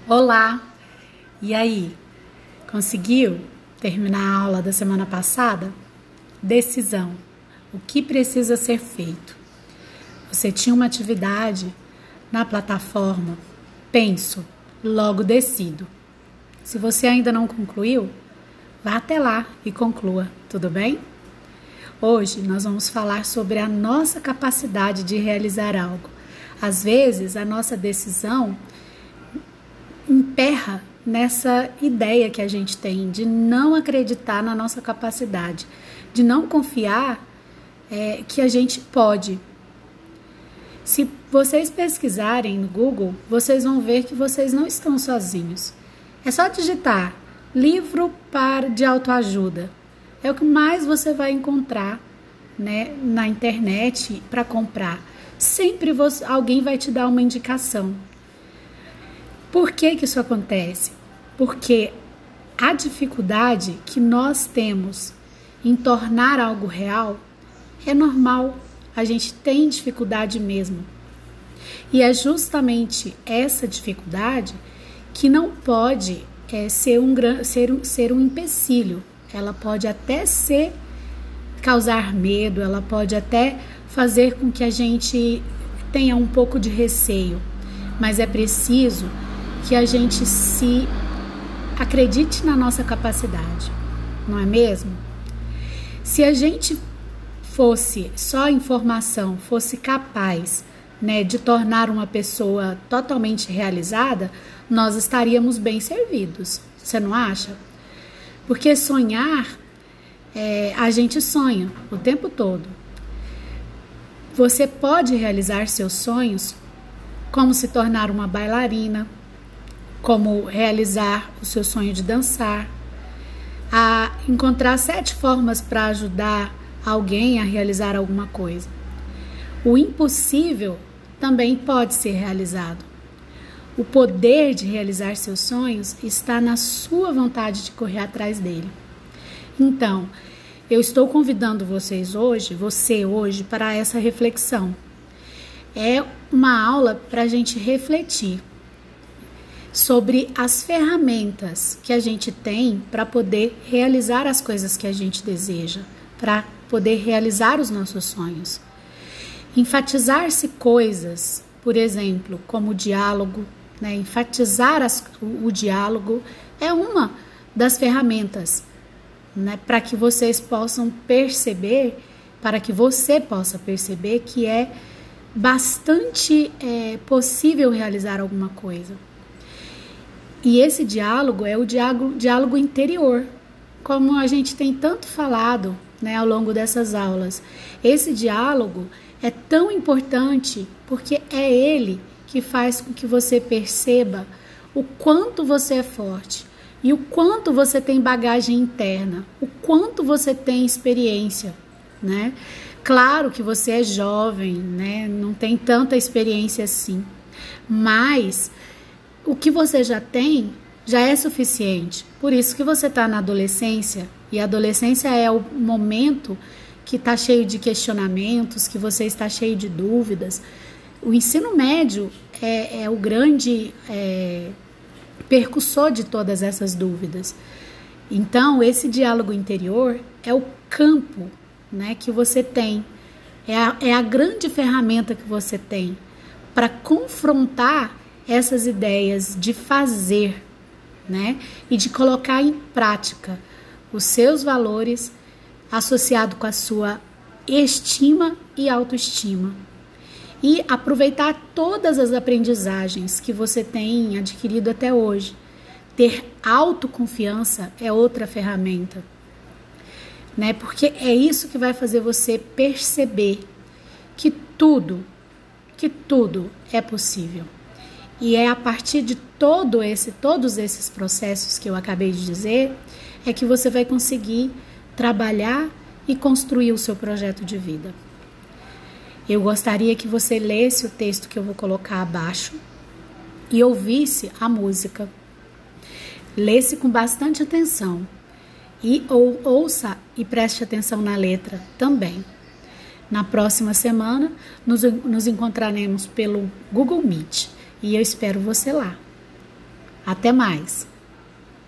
Olá! E aí? Conseguiu terminar a aula da semana passada? Decisão. O que precisa ser feito? Você tinha uma atividade na plataforma Penso, logo decido. Se você ainda não concluiu, vá até lá e conclua, tudo bem? Hoje nós vamos falar sobre a nossa capacidade de realizar algo. Às vezes, a nossa decisão emperra nessa ideia que a gente tem de não acreditar na nossa capacidade, de não confiar que a gente pode. Se vocês pesquisarem no Google, vocês vão ver que vocês não estão sozinhos. É só digitar livro de autoajuda. É o que mais você vai encontrar, né, na internet para comprar. Sempre alguém vai te dar uma indicação. Por que isso acontece? Porque a dificuldade que nós temos em tornar algo real é normal. A gente tem dificuldade mesmo. E é justamente essa dificuldade que não pode ser um empecilho. Ela pode até causar medo, ela pode até fazer com que a gente tenha um pouco de receio. Mas é preciso que a gente se acredite na nossa capacidade, não é mesmo? Se a gente fosse só informação, fosse capaz, né, de tornar uma pessoa totalmente realizada, nós estaríamos bem servidos, você não acha? Porque sonhar, a gente sonha o tempo todo. Você pode realizar seus sonhos como se tornar uma bailarina, como realizar o seu sonho de dançar, a encontrar 7 formas para ajudar alguém a realizar alguma coisa. O impossível também pode ser realizado. O poder de realizar seus sonhos está na sua vontade de correr atrás dele. Então, eu estou convidando você hoje, para essa reflexão. É uma aula para a gente refletir sobre as ferramentas que a gente tem para poder realizar as coisas que a gente deseja, para poder realizar os nossos sonhos. Enfatizar-se coisas, por exemplo, como o diálogo, né? Enfatizar o diálogo é uma das ferramentas, né? Para que vocês possam perceber, para que você possa perceber que é bastante possível realizar alguma coisa. E esse diálogo é o diálogo interior, como a gente tem tanto falado, né, ao longo dessas aulas. Esse diálogo é tão importante porque é ele que faz com que você perceba o quanto você é forte e o quanto você tem bagagem interna, o quanto você tem experiência, né? Claro que você é jovem, né? Não tem tanta experiência assim, mas o que você já tem já é suficiente. Por isso que você está na adolescência, e a adolescência é o momento que está cheio de questionamentos, que você está cheio de dúvidas. O ensino médio é o grande percussor de todas essas dúvidas. Então, esse diálogo interior é o campo, né, que você tem, é a grande ferramenta que você tem para confrontar essas ideias de fazer, né, e de colocar em prática os seus valores associado com a sua estima e autoestima. E aproveitar todas as aprendizagens que você tem adquirido até hoje. Ter autoconfiança é outra ferramenta, né? Porque é isso que vai fazer você perceber que tudo é possível. E é a partir de todos esses processos que eu acabei de dizer, é que você vai conseguir trabalhar e construir o seu projeto de vida. Eu gostaria que você lesse o texto que eu vou colocar abaixo e ouvisse a música. Lesse com bastante atenção e ouça e preste atenção na letra também. Na próxima semana, nos encontraremos pelo Google Meet e eu espero você lá. Até mais!